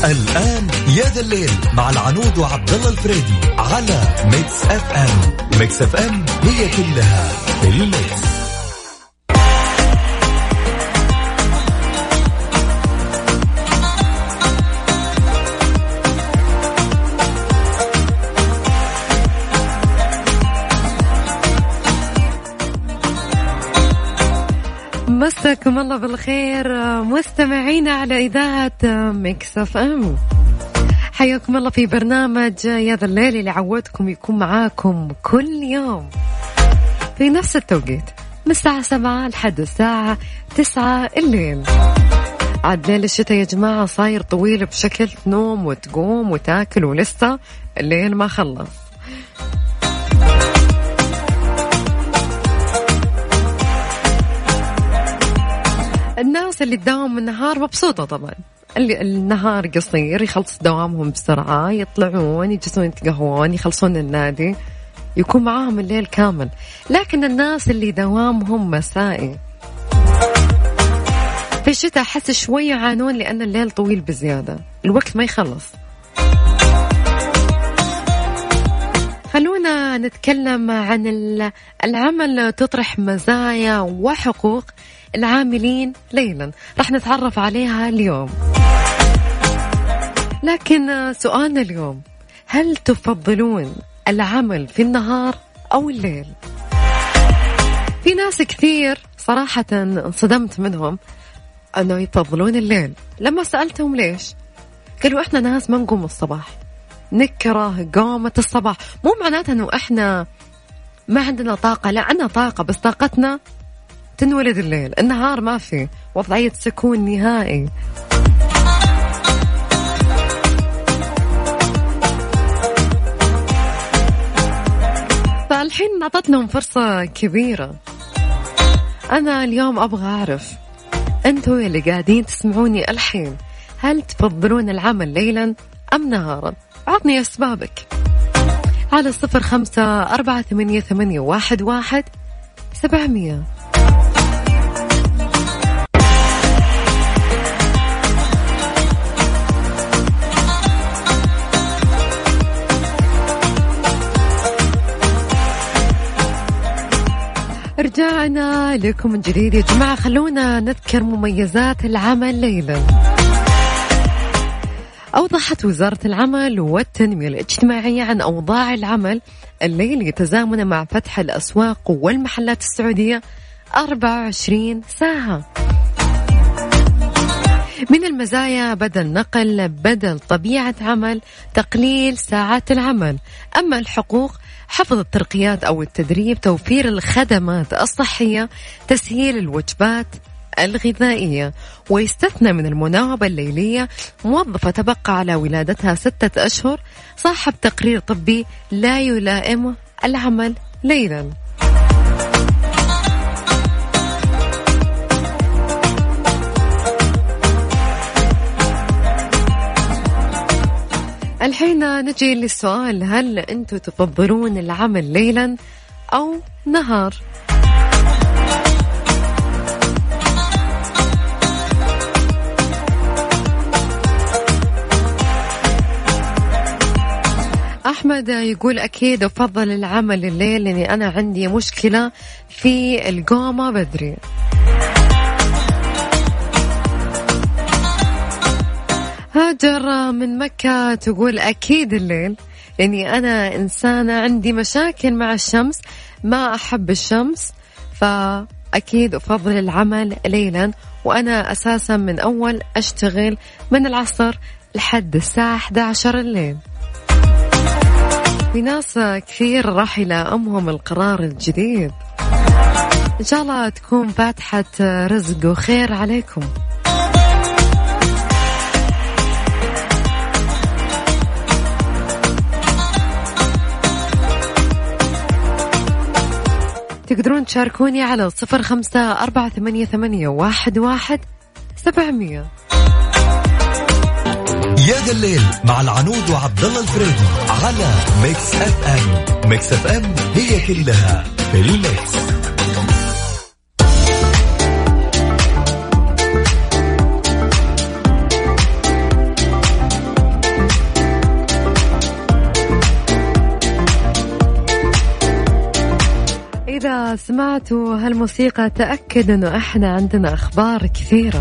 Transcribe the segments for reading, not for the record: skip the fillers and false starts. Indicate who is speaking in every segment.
Speaker 1: الآن يا ذا الليل مع العنود وعبد الله الفريدي على ميكس اف ام. ميكس اف ام هي كلها الميكس.
Speaker 2: مساكم الله بالخير مستمعينا على إذاعة ميكس اف ام. حياكم الله في برنامج يا ذا الليل اللي عودكم يكون معاكم كل يوم في نفس التوقيت من الساعة 7 لحد الساعة 9 الليل. عاد ليل الشتاء يا جماعة صاير طويل بشكل تنوم وتقوم وتاكل ولسه الليل ما خلص. الناس اللي تداوم النهار مبسوطة طبعا، اللي النهار قصير يخلص دوامهم بسرعة، يطلعون يجلسون يتقهوون يخلصون النادي يكون معاهم الليل كامل. لكن الناس اللي دوامهم مسائي في الشتاء أحس شوي يعانون لأن الليل طويل بزيادة، الوقت ما يخلص. خلونا نتكلم عن العمل تطرح مزايا وحقوق العاملين ليلا، رح نتعرف عليها اليوم. لكن سؤالنا اليوم، هل تفضلون العمل في النهار أو الليل؟ في ناس كثير صراحة انصدمت منهم أنه يفضلون الليل. لما سألتهم ليش قالوا إحنا ناس ما نقوم الصباح، نكره قومة الصباح. مو معناته أنه إحنا ما عندنا طاقة، لا عندنا طاقة بس طاقتنا تنولد الليل، النهار ما في وضعية سكون نهائي. فالحين نعطت لهم فرصة كبيرة. أنا اليوم أبغى أعرف أنتوا اللي قاعدين تسمعوني الحين، هل تفضلون العمل ليلا أم نهارا؟ عطني أسبابك على 0548811700. رجعنا لكم من جديد يا جماعة. خلونا نذكر مميزات العمل ليلا. أوضحت وزارة العمل والتنمية الاجتماعية عن أوضاع العمل الليلي تزامنا مع فتح الأسواق والمحلات السعودية 24 ساعة. من المزايا بدل نقل، بدل طبيعة عمل، تقليل ساعات العمل. أما الحقوق، حفظ الترقيات أو التدريب، توفير الخدمات الصحية، تسهيل الوجبات الغذائية. ويستثنى من المناوبة الليلية موظفة تبقى على ولادتها 6 أشهر، صاحب تقرير طبي لا يلائمه العمل ليلا. الحين نجي للسؤال، هل أنتم تفضلون العمل ليلا أو نهار؟ أحمد يقول أكيد أفضل العمل الليل لأني أنا عندي مشكلة في القومة بدري. هاجر من مكة تقول أكيد الليل، يعني أنا إنسانة عندي مشاكل مع الشمس، ما أحب الشمس، فأكيد أفضل العمل ليلا. وأنا أساسا من أول أشتغل من العصر لحد الساعة 11 الليل. في ناس كثير راح يلائمهم القرار الجديد، إن شاء الله تكون فاتحة رزق وخير عليكم. تقدرون تشاركوني على 0548811700.
Speaker 1: يا ذا الليل مع العنود وعبد الله الفريدي على ميكس اف ام. ميكس اف ام هي كلها في الميكس.
Speaker 2: إذا سمعتوا هالموسيقى تأكد أنه إحنا عندنا أخبار كثيرة.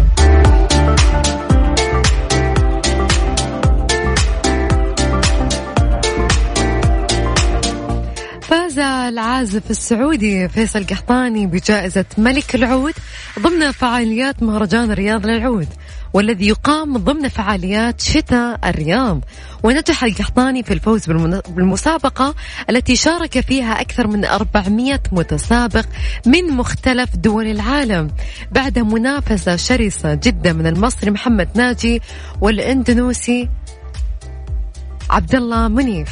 Speaker 2: فاز العازف السعودي فيصل القحطاني بجائزة ملك العود ضمن فعاليات مهرجان الرياض للعود، والذي يقام ضمن فعاليات شتاء الرياض. ونجح القحطاني في الفوز بالمسابقة التي شارك فيها أكثر من 400 متسابق من مختلف دول العالم، بعد منافسة شرسة جدا من المصري محمد ناجي والإندونيسي عبد الله منيف.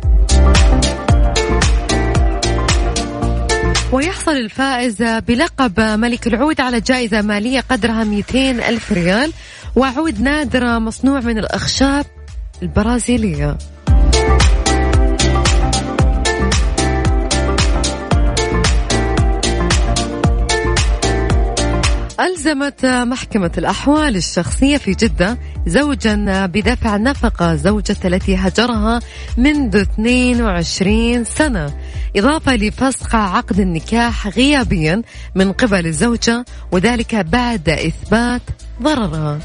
Speaker 2: ويحصل الفائز بلقب ملك العود على جائزة مالية قدرها 200 ألف ريال وعود نادرة مصنوع من الأخشاب البرازيلية. ألزمت محكمة الأحوال الشخصية في جدة زوجا بدفع نفقة زوجته التي هجرها منذ 22 سنة، إضافة لفسخ عقد النكاح غيابيا من قبل الزوجة، وذلك بعد إثبات ضررها.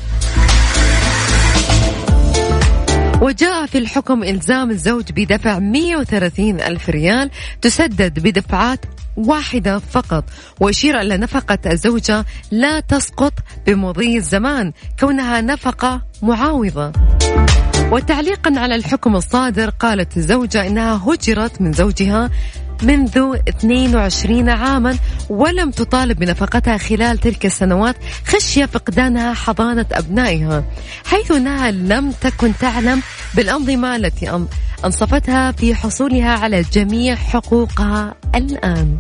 Speaker 2: وجاء في الحكم إلزام الزوج بدفع 130 ألف ريال تسدد بدفعات واحدة فقط، ويشير إلى نفقة الزوجة لا تسقط بمضي الزمان كونها نفقة معاوضة. وتعليقا على الحكم الصادر قالت الزوجة إنها هجرت من زوجها منذ 22 عاما ولم تطالب بنفقتها خلال تلك السنوات خشية فقدانها حضانة أبنائها، حيث أنها لم تكن تعلم بالأنظمة التي أنصفتها في حصولها على جميع حقوقها الآن.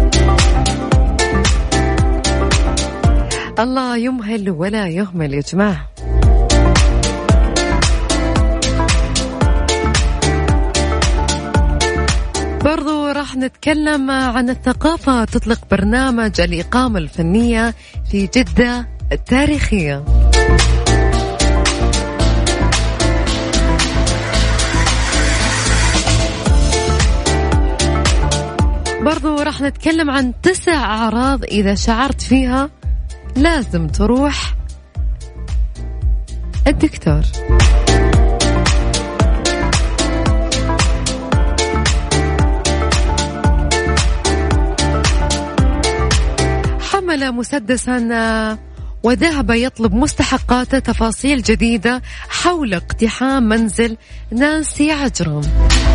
Speaker 2: الله يمهل ولا يهمل يا جماعة. برضو راح نتكلم عن الثقافة. تطلق برنامج الإقامة الفنية في جدة التاريخية. برضو راح نتكلم عن 9 أعراض إذا شعرت فيها لازم تروح الدكتور. حمل مسدسا وذهب يطلب مستحقاته، تفاصيل جديدة حول اقتحام منزل نانسي عجرم.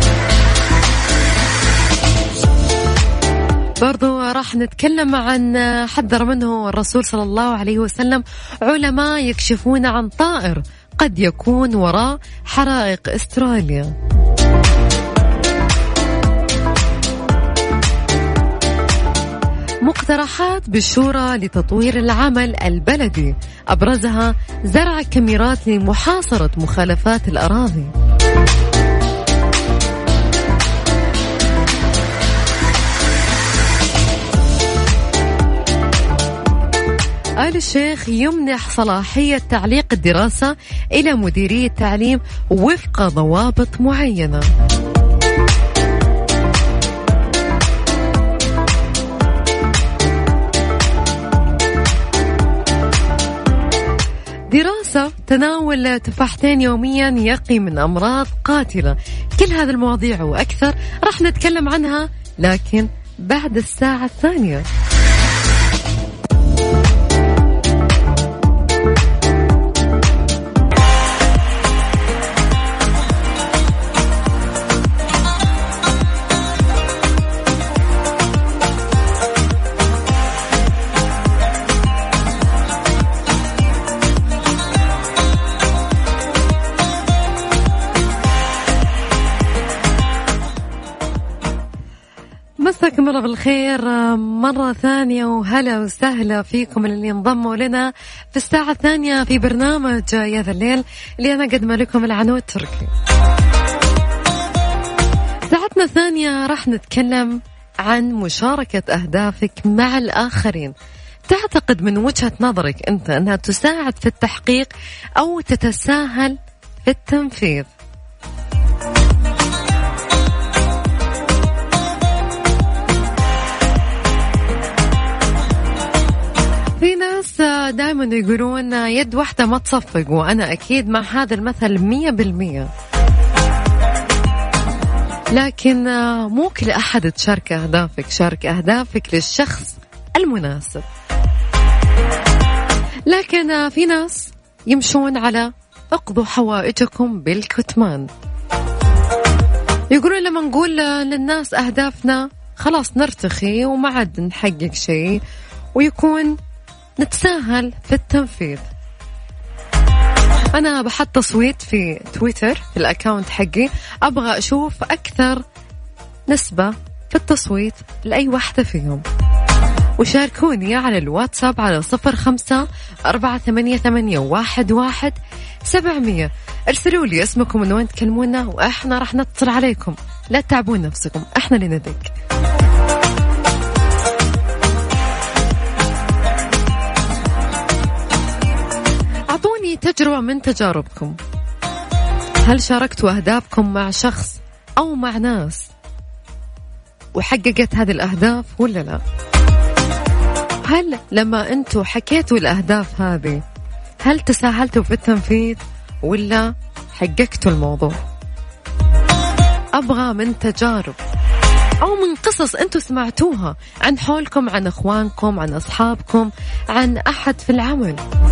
Speaker 2: برضو راح نتكلم عن حذر منه الرسول صلى الله عليه وسلم علماء يكشفون عن طائر قد يكون وراء حرائق استراليا. مقترحات بالشورى لتطوير العمل البلدي، أبرزها زرع كاميرات لمحاصرة مخالفات الأراضي. آل الشيخ يمنح صلاحية تعليق الدراسة إلى مديري التعليم وفق ضوابط معينة. دراسة تناول تفاحتين يوميا يقي من أمراض قاتلة. كل هذه المواضيع وأكثر راح نتكلم عنها، لكن بعد الساعة الثانية. مساكم الله بالخير مرة ثانية، وهلا وسهلا فيكم اللي انضموا لنا في الساعة الثانية في برنامج يا ذا الليل اللي أنا قدمه لكم العنود تركي. ساعتنا الثانية راح نتكلم عن مشاركة أهدافك مع الآخرين. تعتقد من وجهة نظرك أنت أنها تساعد في التحقيق أو تتساهل في التنفيذ؟ ناس دائما يقولون يد واحدة ما تصفق، وأنا أكيد مع هذا المثل 100%. لكن مو كل أحد تشارك أهدافك، شارك أهدافك للشخص المناسب. لكن في ناس يمشون على اقضوا حوائجكم بالكتمان، يقولون لما نقول للناس أهدافنا خلاص نرتخي وما عاد نحقق شيء، ويكون نتساهل في التنفيذ. أنا بحط تصويت في تويتر في الأكاونت حقي، أبغى أشوف أكثر نسبة في التصويت لأي واحدة فيهم، وشاركوني على الواتساب على 0548811700. ارسلوا لي اسمكم من وين تكلمونا وإحنا راح نتصل عليكم، لا تتعبون نفسكم، إحنا اللي ندق. أعطوني تجربة من تجاربكم، هل شاركتوا أهدافكم مع شخص أو مع ناس وحققت هذه الأهداف ولا لا؟ هل لما أنتوا حكيتوا الأهداف هذه هل تساهلتوا في التنفيذ ولا حققتوا الموضوع؟ أبغى من تجارب أو من قصص أنتوا سمعتوها عن حولكم، عن أخوانكم، عن أصحابكم، عن أحد في العمل.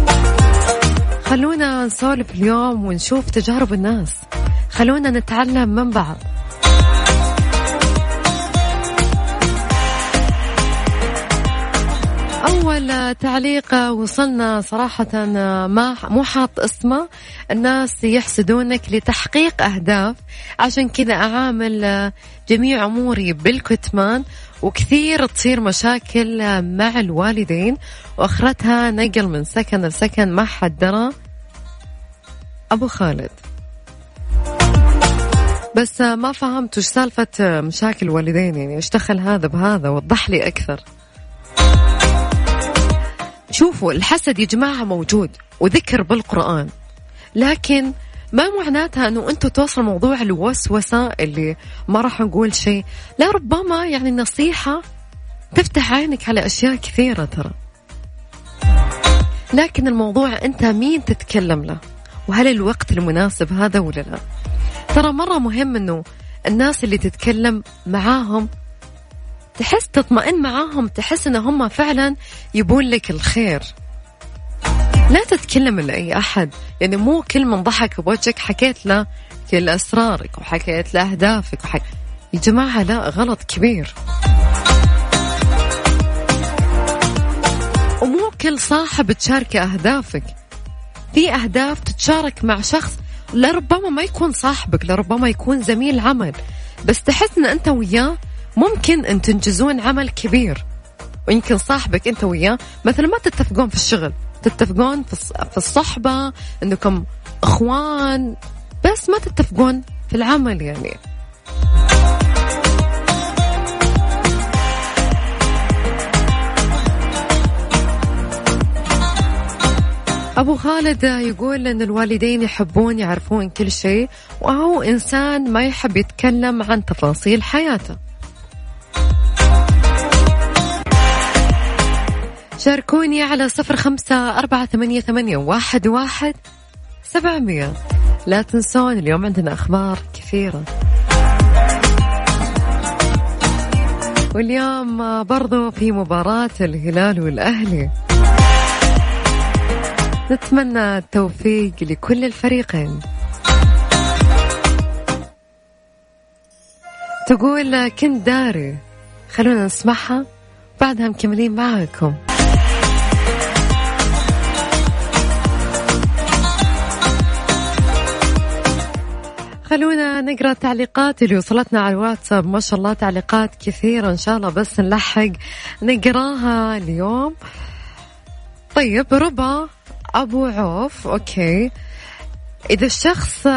Speaker 2: خلونا نسولف اليوم ونشوف تجارب الناس، خلونا نتعلم من بعض. أول تعليق وصلنا صراحة مو حاط اسمه، الناس يحسدونك لتحقيق أهداف، عشان كذا أعامل جميع أموري بالكتمان، وكثير تصير مشاكل مع الوالدين، وأخرتها نقل من سكن لسكن ما حد درى. أبو خالد، بس ما فهمت وش سالفة مشاكل الوالدين، يعني ايش دخل هذا بهذا؟ وضح لي أكثر. شوفوا، الحسد يا جماعة موجود وذكر بالقرآن، لكن ما معناتها أنه أنتوا توصلوا موضوع الوسوسة اللي ما راح نقول شيء. لا، ربما يعني نصيحة تفتح عينك على أشياء كثيرة ترى، لكن الموضوع أنت مين تتكلم له، وهل الوقت المناسب هذا ولا لا. ترى مرة مهم أنه الناس اللي تتكلم معاهم تحس تطمئن معاهم، تحس أن هم فعلا يبون لك الخير. لا تتكلم لأي أحد، يعني مو كل من ضحك بوجهك حكيت له كل أسرارك وحكيت له أهدافك يا جماعة لا، غلط كبير. ومو كل صاحب تشارك أهدافك، في أهداف تتشارك مع شخص لربما ما يكون صاحبك، لربما يكون زميل عمل، بس تحس أن أنت وياه ممكن أن تنجزون عمل كبير. ويمكن صاحبك أنت وياه مثلا ما تتفقون في الشغل، تتفقون في الصحبة أنكم أخوان، بس ما تتفقون في العمل يعني. أبو خالد يقول أن الوالدين يحبون يعرفون كل شيء، وهو إنسان ما يحب يتكلم عن تفاصيل حياته. شاركوني على 0548811700. لا تنسون اليوم عندنا أخبار كثيرة، واليوم برضو في مباراة الهلال والأهلي، نتمنى التوفيق لكل الفريقين. تقول كنت داري، خلونا نسمعها بعدها مكملين معاكم. خلونا نقرأ التعليقات اللي وصلتنا على الواتساب، ما شاء الله تعليقات كثيرة، إن شاء الله بس نلحق نقراها اليوم. طيب، ربا أبو عوف، أوكي، إذا الشخص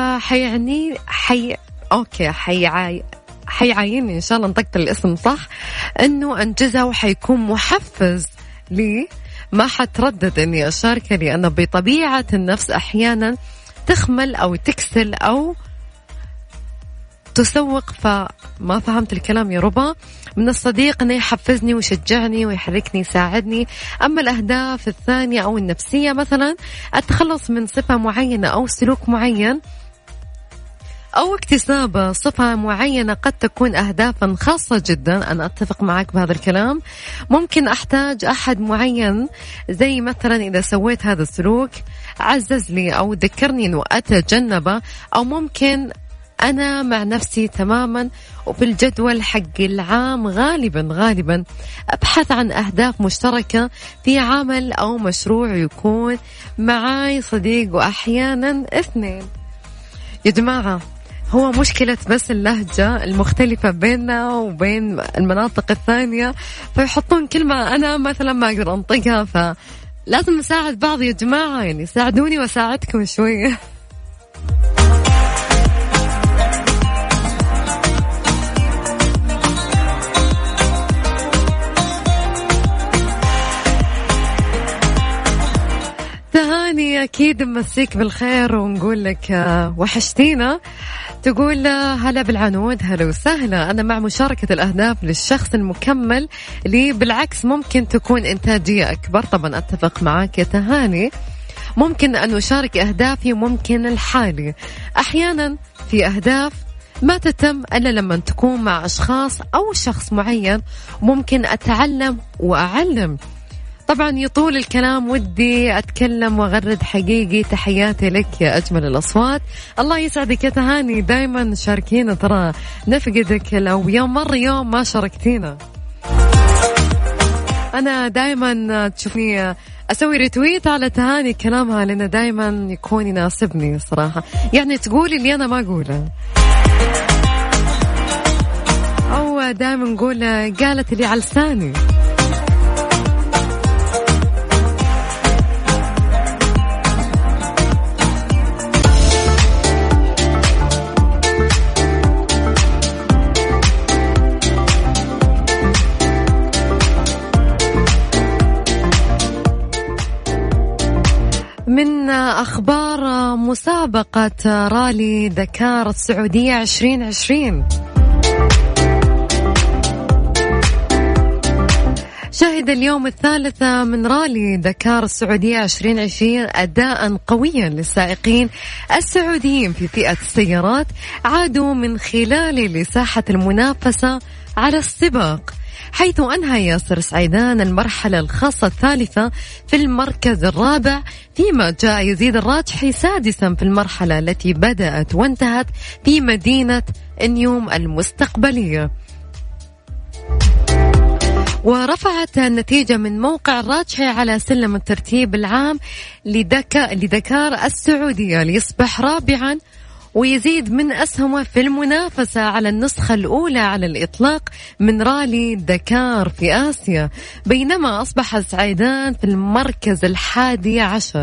Speaker 2: حيعايني إن شاء الله نطقت الاسم صح، إنه أنجزه وحيكون محفز لي، ما حتردد إني أشاركه، لأنه بطبيعة النفس أحيانا تخمل أو تكسل أو تسوق فما فهمت الكلام يا ربا. من الصديق أنه يحفزني ويشجعني ويحركني يساعدني. أما الأهداف الثانية أو النفسية مثلا التخلص من صفة معينة أو سلوك معين أو اكتساب صفة معينة قد تكون أهدافا خاصة جدا. أنا أتفق معك بهذا الكلام. ممكن أحتاج أحد معين زي مثلا إذا سويت هذا السلوك عزز لي أو ذكرني أنه أتجنبه، أو ممكن أنا مع نفسي تماما وفي الجدول حق العام غالبا أبحث عن أهداف مشتركة في عمل أو مشروع يكون معاي صديق وأحيانا اثنين. يا جماعة هو مشكلة بس اللهجة المختلفة بيننا وبين المناطق الثانية، فيحطون كلمة أنا مثلا ما أقدر أنطقها، فلازم نساعد بعض يا جماعة، يعني ساعدوني وساعدكم شوية. تهاني أكيد مسيك بالخير ونقول لك وحشتينا. تقول هلا بالعنود، هلا وسهلا. أنا مع مشاركة الأهداف للشخص المكمل اللي بالعكس ممكن تكون إنتاجية أكبر. طبعا أتفق معاك يا تهاني. ممكن أن أشارك أهدافي ممكن الحالي. أحيانا في أهداف ما تتم إلا لما تكون مع أشخاص أو شخص معين، ممكن أتعلم وأعلم. طبعا يطول الكلام ودي أتكلم وأغرد حقيقي. تحياتي لك يا أجمل الأصوات. الله يسعدك يا تهاني، دايما شاركينا، ترى نفقدك لو يوم مرة يوم ما شاركتينا. أنا دايما تشوفني أسوي ريتويت على تهاني كلامها لأنه دايما يكون يناسبني صراحة، يعني تقولي اللي أنا ما أقوله، أو دايما نقول قالت اللي على لساني. من أخبار مسابقة رالي دكار السعودية 2020، شهد اليوم الثالث من رالي دكار السعودية 2020 أداء قويا للسائقين السعوديين في فئة السيارات، عادوا من خلاله لساحة المنافسة على السباق، حيث أنهى ياسر سعيدان المرحلة الخاصة الثالثة في المركز الرابع، فيما جاء يزيد الراجحي سادسا في المرحلة التي بدأت وانتهت في مدينة نيوم المستقبلية. ورفعت النتيجة من موقع الراجحي على سلم الترتيب العام لدكار السعودية ليصبح رابعا، ويزيد من أسهمه في المنافسة على النسخة الأولى على الإطلاق من رالي دكار في آسيا، بينما أصبح سعيدان في المركز 11.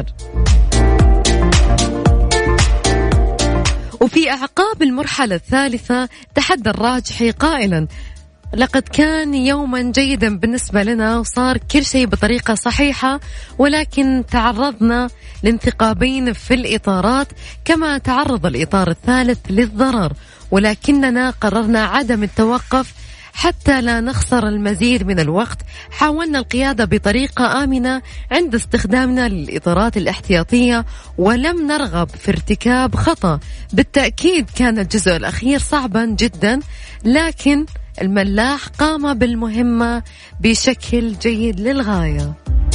Speaker 2: وفي أعقاب المرحلة الثالثة تحدى الراجحي قائلا: لقد كان يوما جيدا بالنسبة لنا وصار كل شيء بطريقة صحيحة، ولكن تعرضنا لانثقابين في الإطارات، كما تعرض الإطار الثالث للضرر، ولكننا قررنا عدم التوقف حتى لا نخسر المزيد من الوقت. حاولنا القيادة بطريقة آمنة عند استخدامنا للإطارات الاحتياطية، ولم نرغب في ارتكاب خطأ. بالتأكيد كان الجزء الأخير صعبا جدا، لكن الملاح قام بالمهمة بشكل جيد للغاية.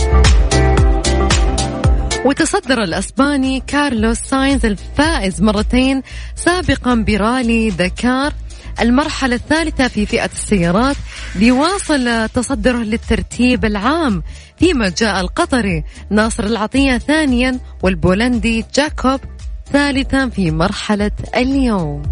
Speaker 2: وتصدر الأسباني كارلوس ساينز الفائز مرتين سابقا برالي دكار المرحلة الثالثة في فئة السيارات، بيواصل تصدره للترتيب العام، فيما جاء القطري ناصر العطية ثانيا والبولندي جاكوب ثالثا في مرحلة اليوم.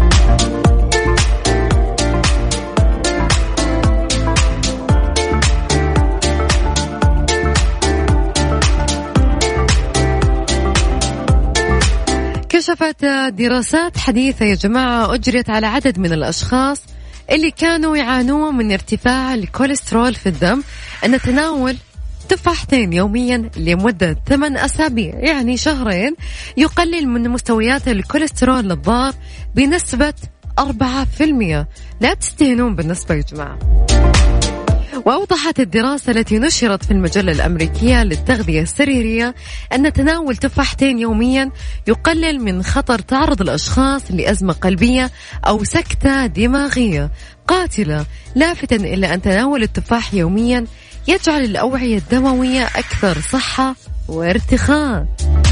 Speaker 2: كشفت دراسات حديثة يا جماعة أجريت على عدد من الأشخاص اللي كانوا يعانون من ارتفاع الكوليسترول في الدم أن تناول تفاحتين يوميا لمدة 8 أسابيع، يعني شهرين، يقلل من مستويات الكوليسترول الضار بنسبة 4%. لا تستهينون بالنسبة يا جماعة. وأوضحت الدراسة التي نشرت في المجلة الأمريكية للتغذية السريرية أن تناول تفاحتين يوميا يقلل من خطر تعرض الأشخاص لأزمة قلبية أو سكتة دماغية قاتلة، لافتًا إلى أن تناول التفاح يوميا يجعل الأوعية الدموية أكثر صحة وارتخاء.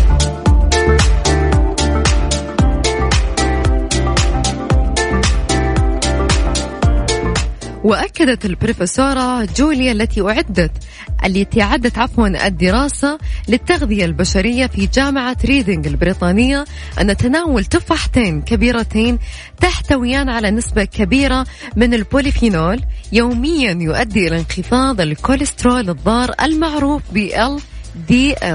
Speaker 2: وأكدت البروفيسورة جوليا التي أعدت الدراسة للتغذية البشرية في جامعة ريدينغ البريطانية أن تناول تفاحتين كبيرتين تحتويان على نسبة كبيرة من البوليفينول يوميا يؤدي إلى انخفاض الكوليسترول الضار المعروف ب LDL.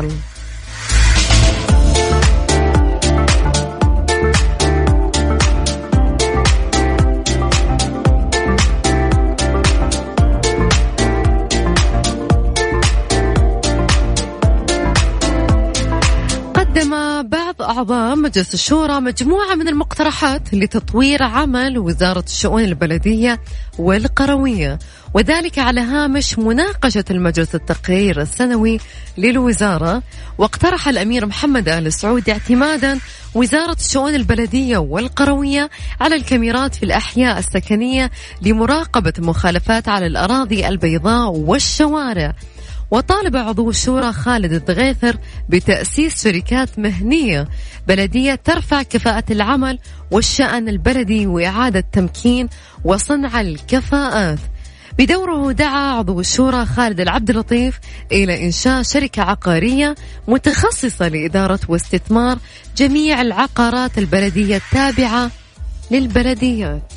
Speaker 2: بعض أعضاء مجلس الشورى مجموعة من المقترحات لتطوير عمل وزارة الشؤون البلدية والقروية، وذلك على هامش مناقشة المجلس التقرير السنوي للوزارة. واقترح الأمير محمد آل سعود اعتمادا وزارة الشؤون البلدية والقروية على الكاميرات في الأحياء السكنية لمراقبة مخالفات على الأراضي البيضاء والشوارع. وطالب عضو الشورى خالد الدغيثر بتأسيس شركات مهنية بلدية ترفع كفاءة العمل والشأن البلدي وإعادة تمكين وصنع الكفاءات. بدوره دعا عضو الشورى خالد العبد اللطيف إلى إنشاء شركة عقارية متخصصة لإدارة واستثمار جميع العقارات البلدية التابعة للبلديات.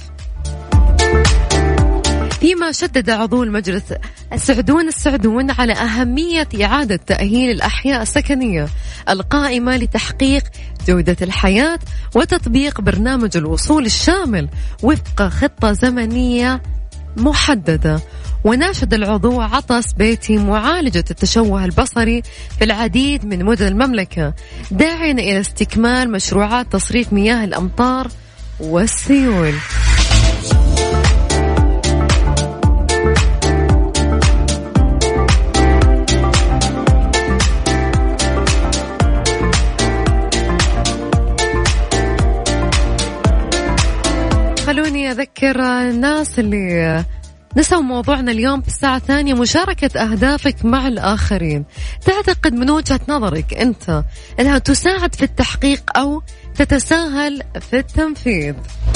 Speaker 2: فيما شدد عضو المجلس السعدون على أهمية إعادة تأهيل الأحياء السكنية القائمة لتحقيق جودة الحياة وتطبيق برنامج الوصول الشامل وفق خطة زمنية محددة. وناشد العضو عطس بيتي معالجة التشوه البصري في العديد من مدن المملكة، داعيا إلى استكمال مشروعات تصريف مياه الأمطار والسيول. خلوني أذكر الناس اللي نسوا موضوعنا اليوم في الساعة 2 مشاركة أهدافك مع الآخرين. تعتقد من وجهة نظرك أنت أنها تساعد في التحقيق أو تتساهل في التنفيذ؟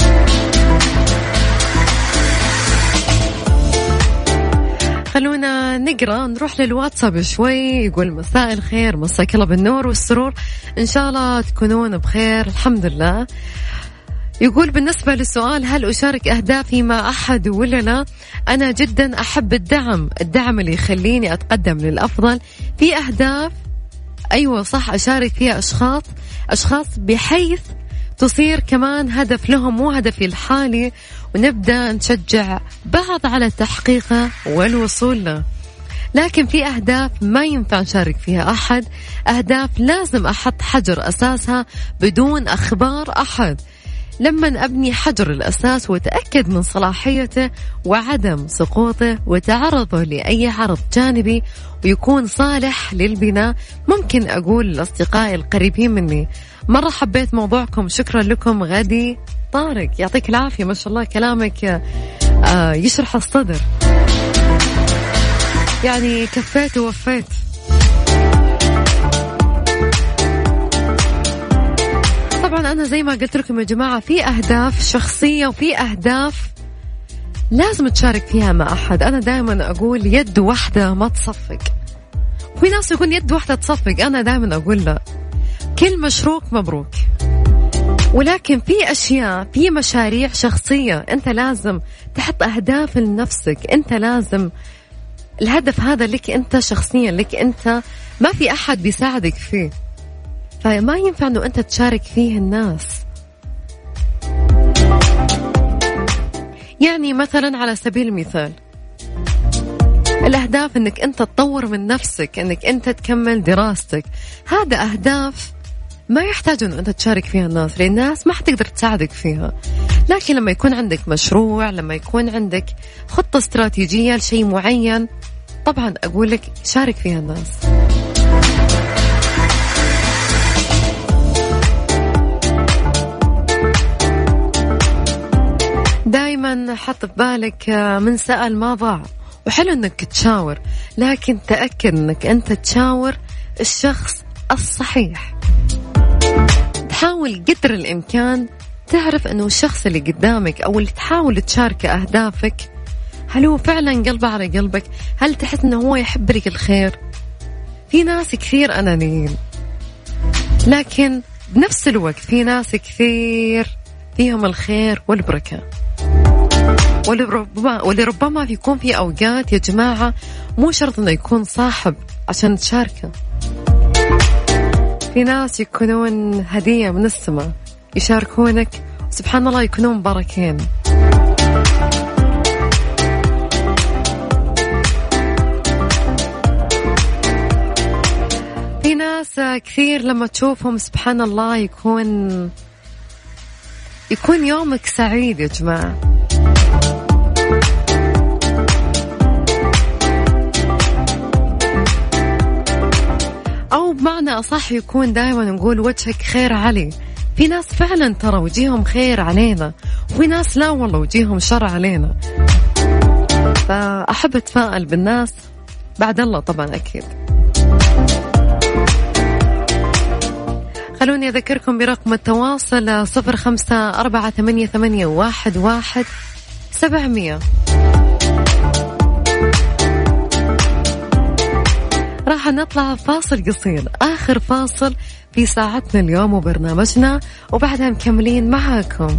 Speaker 2: خلونا نقرأ، نروح للواتساب شوي. يقول مساء الخير، مساك الله بالنور والسرور، إن شاء الله تكونون بخير. الحمد لله. يقول بالنسبة للسؤال هل أشارك أهدافي مع أحد ولا لا، أنا جدا أحب الدعم اللي يخليني أتقدم للأفضل. في أهداف أيوة صح أشارك فيها أشخاص بحيث تصير كمان هدف لهم مو هدفي الحالي، ونبدأ نشجع بعض على تحقيقه والوصول له. لكن في أهداف ما ينفع نشارك فيها أحد، أهداف لازم أحط حجر أساسها بدون أخبار أحد. لما أبني حجر الأساس وتأكد من صلاحيته وعدم سقوطه وتعرضه لأي عرض جانبي ويكون صالح للبناء، ممكن أقول لأصدقائي القريبين مني مرة حبيت موضوعكم، شكرا لكم. غادي طارق يعطيك العافية، ما شاء الله كلامك يشرح الصدر، يعني كفيت ووفيت. طبعا أنا زي ما قلت لكم يا جماعة في أهداف شخصية وفي أهداف لازم تشارك فيها مع أحد. أنا دائما أقول يد واحدة ما تصفق، وفي ناس يقول يد واحدة تصفق، أنا دائما أقول لا، كل مشروك مبروك. ولكن في أشياء، في مشاريع شخصية أنت لازم تحط أهداف لنفسك، أنت لازم الهدف هذا لك أنت شخصيا، لك أنت، ما في أحد بيساعدك فيه، فما ينفع أنه أنت تشارك فيه الناس. يعني مثلا على سبيل المثال الأهداف أنك أنت تطور من نفسك، أنك أنت تكمل دراستك، هذا أهداف ما يحتاج أنه أنت تشارك فيها الناس، لأن الناس ما حتقدر تساعدك فيها. لكن لما يكون عندك مشروع، لما يكون عندك خطة استراتيجية لشيء معين، طبعا أقول لك شارك فيها الناس. دايما حط في بالك من سأل ما ضاع. وحلو أنك تشاور، لكن تأكد أنك أنت تشاور الشخص الصحيح. تحاول قدر الإمكان تعرف أنه الشخص اللي قدامك أو اللي تحاول تشارك أهدافك، هل هو فعلا قلبه على قلبك؟ هل تحس أنه هو يحب لك الخير؟ في ناس كثير أنانيين، لكن بنفس الوقت في ناس كثير فيهم الخير والبركة. ولربما يكون في أوقات يا جماعة مو شرط أنه يكون صاحب عشان تشاركه. في ناس يكونون هدية من السماء يشاركونك، سبحان الله يكونون مباركين. في ناس كثير لما تشوفهم سبحان الله يكون يومك سعيد يا جماعة. أو بمعنى أصح يكون دائما نقول وجهك خير علي. في ناس فعلا ترى وجيهم خير علينا، وفي ناس لا والله وجيهم شر علينا. فأحب أتفائل بالناس بعد الله طبعا أكيد. خلوني أذكركم برقم التواصل 0548811700. راح نطلع فاصل قصير، آخر فاصل في ساعتنا اليوم وبرنامجنا، وبعدها مكملين معاكم.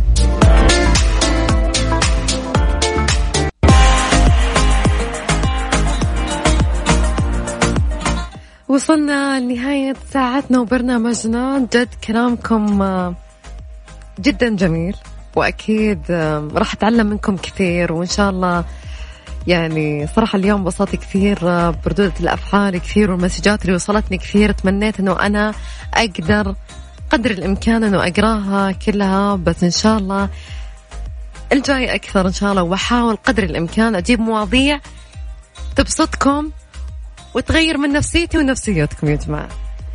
Speaker 2: وصلنا لنهاية ساعتنا وبرنامجنا. جد كلامكم جدا جميل، وأكيد راح أتعلم منكم كثير، وإن شاء الله يعني صراحة اليوم بسطت كثير بردود الأفعال كثير، والمسجات اللي وصلتني كثير. تمنيت أنه أنا أقدر قدر الإمكان أنه أقراها كلها، بس إن شاء الله الجاي أكثر إن شاء الله، وأحاول قدر الإمكان أجيب مواضيع تبسطكم وتغير من نفسيتي ونفسيتكم يا جماعة.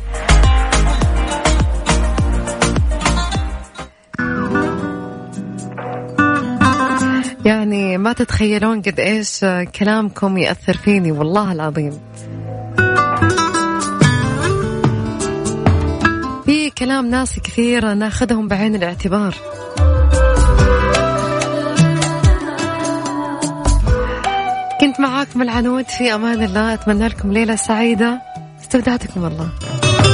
Speaker 2: يعني ما تتخيلون قد إيش كلامكم يأثر فيني والله العظيم. في كلام ناس كثير ناخذهم بعين الاعتبار. كنت معاكم العنود، في أمان الله، أتمنى لكم ليلة سعيدة، استودعتكم الله.